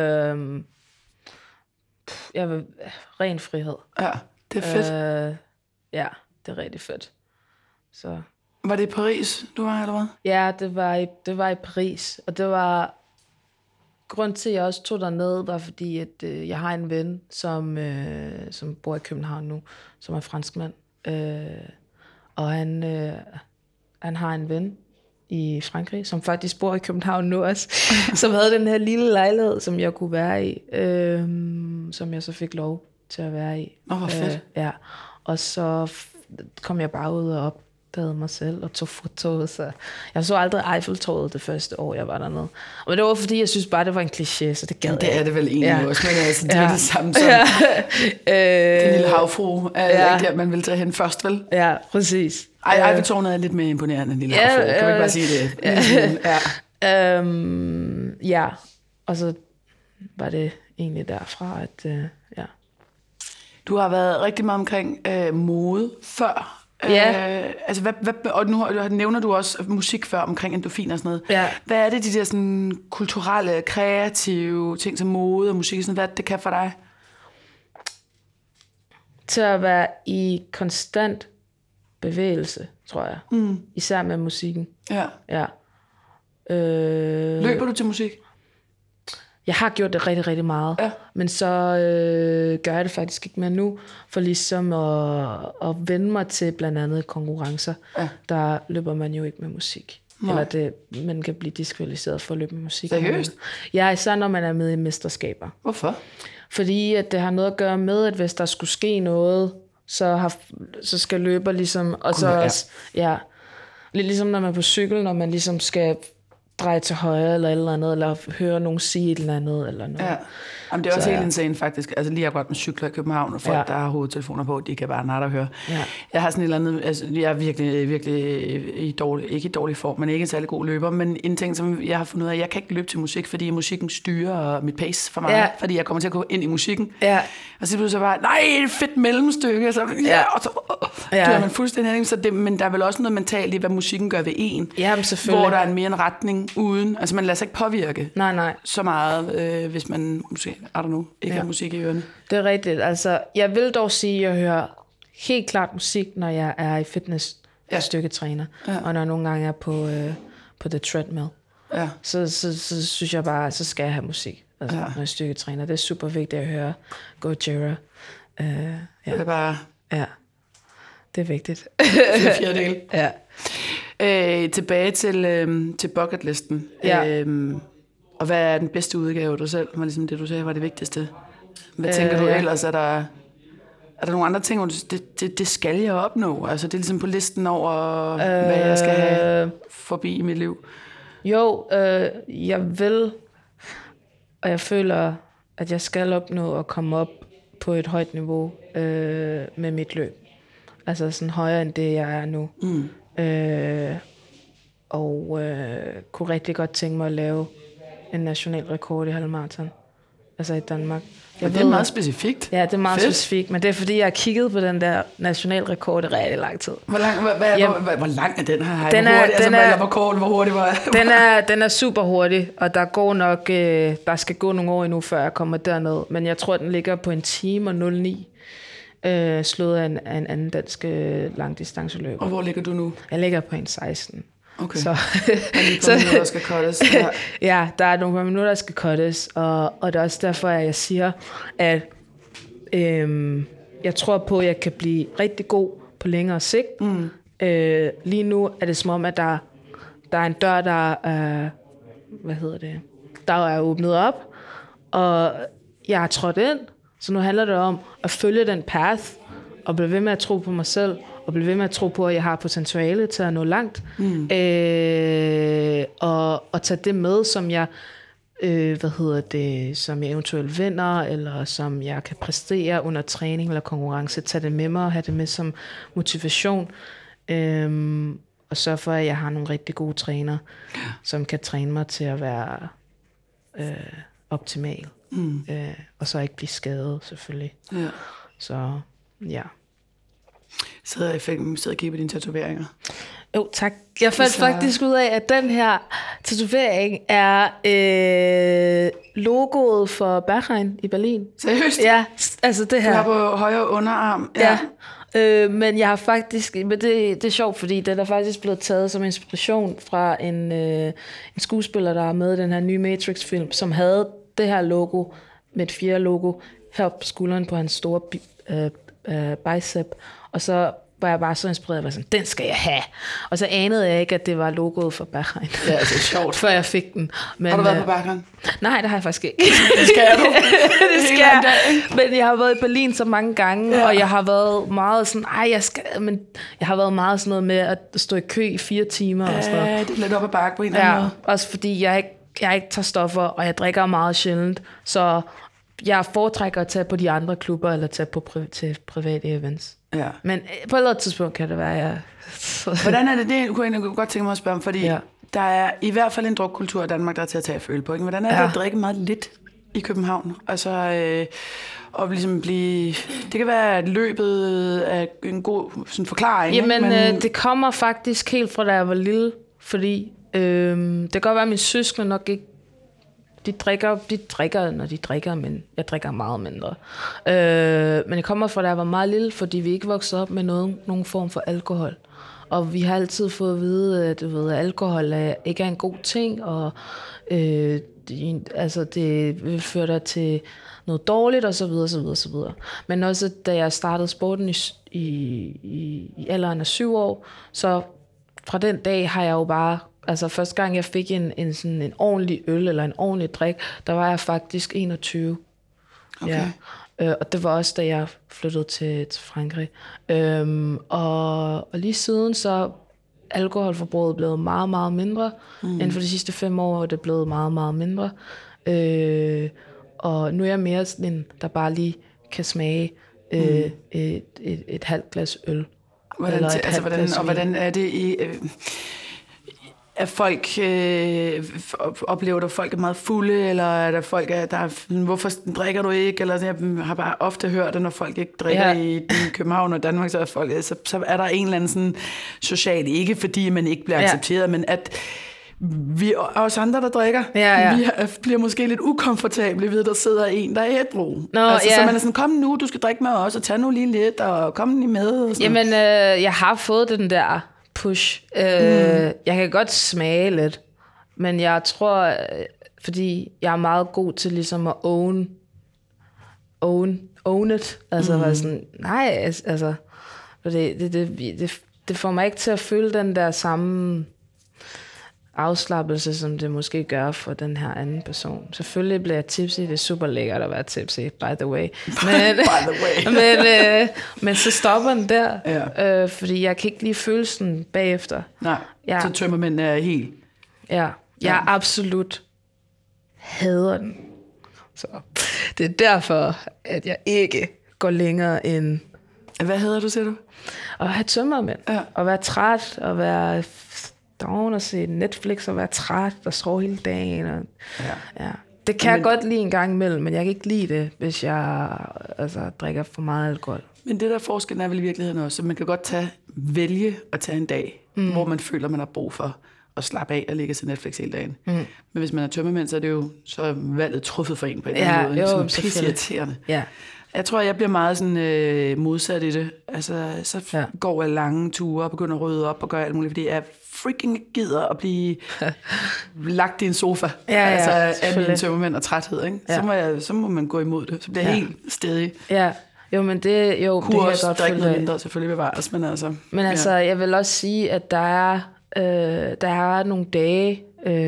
Jeg vil ren frihed. Ja, det er fedt. Ja, det er rigtig fedt. Så. Var det i Paris, du var, eller hvad? Ja, det var i Paris, og det var grund til, at jeg også tog derned, var fordi, at jeg har en ven, som bor i København nu, som er franskmand. Og han har en ven i Frankrig, som faktisk bor i København nu også, som havde den her lille lejlighed, som jeg kunne være i, som jeg så fik lov til at være i. Hvor fedt. Ja, og så kom jeg bare ud og opdagede mig selv og tog fotoet. Så jeg så aldrig Eiffeltårnet det første år, jeg var dernede. Men det var fordi, jeg synes bare, det var en kliché, så det gad jeg. Det er det vel egentlig også, men altså, det er det samme som den lille havfru. Er ikke der, man vil tage hen først, vel? Ja, præcis. Eiffeltårnet er lidt mere imponerende end lille havfru. Kan man ikke bare sige det? Ja, og så var det egentlig derfra, at Du har været rigtig meget omkring mode før. Altså, og nu nævner du også musik før omkring endorfin og sådan noget. Ja. Hvad er det, de der sådan, kulturelle, kreative ting som mode og musik, sådan, hvad det kan for dig? Til at være i konstant bevægelse, tror jeg. Især med musikken. Ja. Ja. Løber du til musik? Jeg har gjort det rigtig, rigtig meget. Ja. Men så gør jeg det faktisk ikke mere nu, for ligesom at vende mig til blandt andet konkurrencer. Ja. Der løber man jo ikke med musik. Nej. Eller man kan blive diskvalificeret for at løbe med musik. Seriøst? Ja, især når man er med i mesterskaber. Hvorfor? Fordi at det har noget at gøre med, at hvis der skulle ske noget, så skal løber ligesom... Og så, ja, lidt ligesom når man er på cykel, når man ligesom skal dreje til højre eller et eller andet, eller høre nogen sige et eller andet. Eller noget. Ja. Jamen, det er også helt insane faktisk. Altså lige akkurat med cykler i København, og folk, der har hovedtelefoner på, de kan bare nat at høre. Ja. Jeg har sådan et eller andet, altså jeg er virkelig ikke i dårlig form, men ikke en særlig god løber, men en ting, som jeg har fundet ud af, jeg kan ikke løbe til musik, fordi musikken styrer mit pace for mig, fordi jeg kommer til at gå ind i musikken. Ja. Og så bliver så bare, nej, et fedt mellemstykke, så, og så dør man fuldstændig. Så men der er vel også noget mentalt i, hvad musikken gør ved en, hvor der er mere en retning uden, altså man lader sig ikke påvirke så meget, hvis man måske ikke har musik i ørerne. Det er rigtigt. Altså, jeg vil dog sige, at jeg hører helt klart musik, når jeg er i fitness styrketræner, og når jeg nogle gange er på the treadmill. Ja. Så synes jeg bare, så skal jeg have musik, altså, når jeg styrketræner. Det er super vigtigt at høre Gojira. Det er bare... Ja, det er vigtigt. Fjerdedel. Tilbage til bucketlisten. Ja. Og hvad er den bedste udgave af dig selv? Var ligesom det, du sagde, var det vigtigste. Hvad tænker du ellers? Er der nogle andre ting, hvor det skal jeg opnå? Altså det er ligesom på listen over, hvad jeg skal have forbi i mit liv. Jo, jeg vil, og jeg føler, at jeg skal opnå at komme op på et højt niveau med mit løb. Altså sådan højere end det, jeg er nu. Og kunne rigtig godt tænke mig at lave en national rekord i halvmarathon. Altså i Danmark. Det er meget specifikt. Ja, det er meget specifikt, men det er fordi, jeg har kigget på den der national rekord i rigtig lang tid. Hvor lang er den her? Hvor hurtig var den er super hurtig, og der går nok, der skal gå nogle år endnu, før jeg kommer derned. Men jeg tror, den ligger på 1 time og 09. Slået af en anden dansk langdistanceløber. Og hvor ligger du nu? Jeg ligger på 1,16. Okay. Så minutter, der skal cuttes. Ja, der er nogle minutter, der skal cuttes, og det er også derfor, at jeg siger, at jeg tror på, at jeg kan blive rigtig god på længere sigt. Lige nu er det som om, at der er en dør, der er åbnet op, og jeg har trådt ind, så nu handler det om at følge den path, og blive ved med at tro på mig selv, og blive ved med at tro på, at jeg har potentiale til at nå langt. Og tage det med, som jeg, som jeg eventuelt vinder, eller som jeg kan præstere under træning eller konkurrence. Tage det med mig og have det med som motivation. Og sørge for, at jeg har nogle rigtig gode træner, som kan træne mig til at være optimal. Og så ikke blive skadet, selvfølgelig. Ja. Så, ja. Sidder og kigger på dine tatoveringer? Jo, tak. Jeg fandt faktisk ud af, at den her tatovering er logoet for Berghain i Berlin. Seriøst? Ja, altså det her. Du har på højre underarm. Ja. Men jeg har faktisk, men det er sjovt, fordi den er faktisk blevet taget som inspiration fra en skuespiller, der er med i den her nye Matrix-film, som havde det her logo med et 4 logo her på skulderen på hans store bicep, og så var jeg bare så inspireret, at jeg var sådan, den skal jeg have. Og så anede jeg ikke, at det var logoet for Berghain. Ja, det er sjovt. Før jeg fik den. Men, har du været på Berghain? Nej, det har jeg faktisk ikke. Det skal du. Det skal jeg. Men jeg har været i Berlin så mange gange, og jeg har været meget sådan, men jeg har været meget sådan noget med at stå i kø i 4 timer. Og sådan noget. Ja, det er lidt op ad bakke på en eller anden måde. Også fordi jeg ikke tager stoffer, og jeg drikker meget sjældent. Så jeg foretrækker at tage på de andre klubber, eller tage på til private events. Ja. Men på et eller andet tidspunkt kan det være, jeg... Hvordan er det? Det kunne jeg godt tænke mig at spørge om, fordi der er i hvert fald en drukkultur i Danmark, der er til at tage føle på. Ikke? Hvordan er det at drikke meget lidt i København? Altså, og ligesom blive... Det kan være, at løbet er en god sådan, forklaring. Jamen, men... det kommer faktisk helt fra, da jeg var lille, fordi det kan godt være, at mine søskende nok ikke de drikker, når de drikker, men jeg drikker meget mindre. Men jeg kommer fra, da jeg var meget lille, fordi vi ikke voksede op med nogen form for alkohol. Og vi har altid fået at vide, at alkohol ikke er en god ting, og det vil føre dig til noget dårligt, og så videre, så videre, så videre. Men også da jeg startede sporten i alderen af 7 år, så fra den dag har jeg jo bare, altså første gang jeg fik en ordentlig øl eller en ordentlig drik, der var jeg faktisk 21. Okay. Ja. Og det var også, da jeg flyttede til Frankrig. Og lige siden så alkoholforbruget blevet meget, meget mindre. Inden for de sidste 5 år er det blevet meget, meget mindre. Og nu er jeg mere sådan en, der bare lige kan smage et halvt glas øl. Hvordan er det at folk oplever du, at folk er meget fulde, eller er der folk, hvorfor drikker du ikke? Eller jeg har bare ofte hørt, at når folk ikke drikker i København og Danmark, så er der en eller anden sådan social, ikke fordi man ikke bliver accepteret, men at vi os andre, der drikker, vi bliver måske lidt ukomfortable ved, at der sidder en, der er ædru. Så man er sådan, kom nu, du skal drikke med os, og tag nu lige lidt, og kom lige med. Og jamen, jeg har fået den der push. Jeg kan godt smage lidt, men jeg tror, fordi jeg er meget god til ligesom at own it. Altså være sådan, nej, altså, det får mig ikke til at føle den der samme afslappelse, som det måske gør for den her anden person. Selvfølgelig bliver jeg tipsy. Det er super lækkert at være tipsy, by the way. Men så stopper den der, fordi jeg kan ikke lige følelsen bagefter. Nej, så tømmermænd er helt... Ja, jeg absolut hader den. Så det er derfor, at jeg ikke går længere end... Hvad hader du, siger du? At have tømmermænd. Ja. At være træt, at være down og se Netflix og være træt og sove hele dagen. Og, det kan jeg godt lide en gang imellem, men jeg kan ikke lide det, hvis jeg drikker for meget alkohol. Men det der forskellen er vel i virkeligheden også, at man kan godt vælge at tage en dag, hvor man føler, man har brug for at slappe af og ligge til Netflix hele dagen. Men hvis man er tømmermænd, så er det jo så valget truffet for en på en eller anden måde. Som pisseirriterende. Ja. Jeg tror, jeg bliver meget sådan, modsat i det. Altså, så går jeg lange ture og begynder at rydde op og gøre alt muligt, fordi jeg freaking gider at blive lagt i en sofa. Af mine tømmermænd og træthed. Ikke? Ja. Så må man gå imod det. Så bliver jeg helt stedig. Ja. Jo, men det kan jeg godt drikke noget mindre, selvfølgelig bevares. Men altså, jeg vil også sige, at der er nogle dage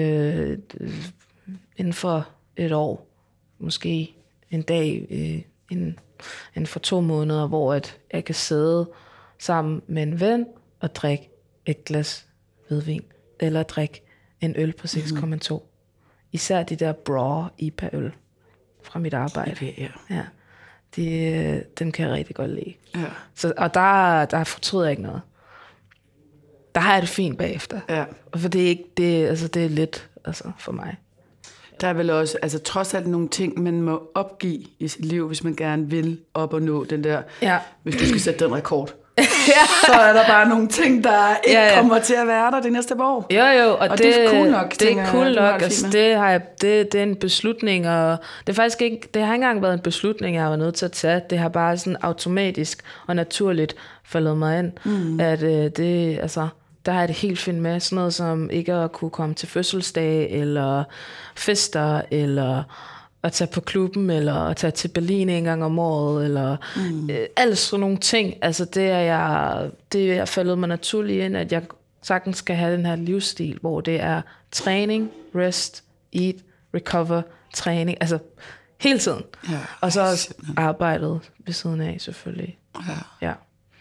inden for et år, måske en dag inden for 2 måneder, hvor at jeg kan sidde sammen med en ven og drikke et glas hvidvin, eller drikke en øl på 6,2. Især de der Braw IPA-øl fra mit arbejde. Ja. Dem kan jeg rigtig godt lide. Ja. Så, og der fortryder jeg ikke noget. Der har jeg det fint bagefter. Ja. For det er lidt for mig. Der er vel også, trods alt nogle ting, man må opgive i sit liv, hvis man gerne vil op og nå den der, hvis du skal sætte den rekord. Så er der bare nogle ting, der ikke kommer til at være der det næste år. Jo, og det er cool nok. Det er cool nok. Det er en beslutning, og det er faktisk ikke, det har ikke engang været en beslutning, jeg har været nødt til at tage. Det har bare sådan automatisk og naturligt faldet mig ind, at der har jeg det helt fint med. Sådan noget som ikke at kunne komme til fødselsdag, eller fester, eller at tage på klubben, eller at tage til Berlin en gang om året, eller alt sådan nogle ting. Altså det er faldet mig naturligt ind, at jeg sagtens skal have den her livsstil, hvor det er træning, rest, eat, recover, træning, altså hele tiden. Ja, og så også arbejdet ved siden af, selvfølgelig. Ja.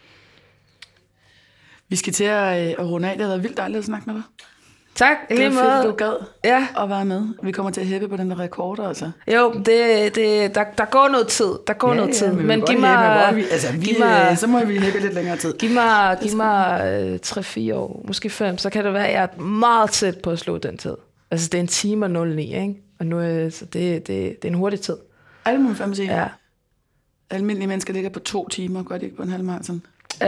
Vi skal til at runde af. Det har været vildt dejligt at snakke med dig. Tak, det var fedt, du gad at være med. Vi kommer til at hæppe på den der rekord, altså. Jo, der går noget tid. Noget tid. Men giv mig... Så må vi hæppe lidt længere tid. Giv mig 3-4 år, måske 5, så kan det være, at jeg er meget tæt på at slå den tid. Altså, det er 1 time og 09, ikke? Og nu så det er en hurtig tid. Alle må fandme sige. Ja. Almindelige mennesker ligger på 2 timer, gør de ikke på en halv maraton?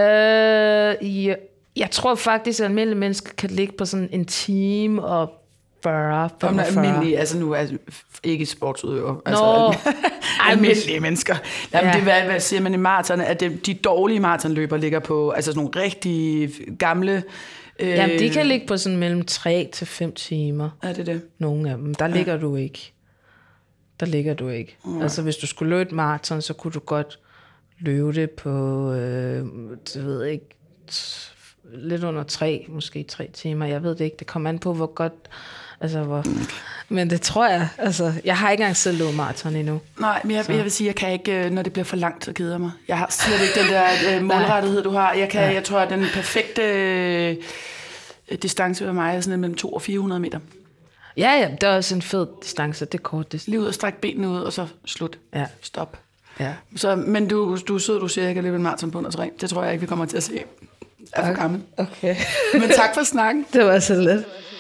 Jeg tror faktisk, at almindelige mennesker kan ligge på sådan 1 time og Almindelige, altså nu er ikke sportsudøver. Altså almindelige mennesker. Jamen, det hvad siger man i maraton? At de dårlige maratonløber ligger på altså sådan nogle rigtig gamle... Jamen, de kan ligge på sådan mellem 3 til 5 timer. Er det det? Nogle af dem. Der ligger du ikke. Der ligger du ikke. Altså, hvis du skulle løbe et maraton, så kunne du godt løbe det på, jeg ved ikke, lidt under 3, måske 3 timer. Jeg ved det ikke. Det kommer an på, hvor godt... Altså, men det tror jeg. Altså, jeg har ikke engang selv løbet maraton endnu. Nej, men jeg vil sige, jeg kan ikke, når det bliver for langt, så keder mig. Jeg har slet ikke den der målrettighed, du har. Jeg tror, at den perfekte distance ved mig er sådan mellem 200 og 400 meter. Ja, det er også en fed distance. Det er kort distance. Lige ud og strække benene ud, og så slut. Ja. Stop. Ja. Så, men du er sød, du siger, at jeg kan løbe en maraton på under 3. Det tror jeg ikke, vi kommer til at se. Er for gammel. Okay. Men tak for snakken. Det var så let.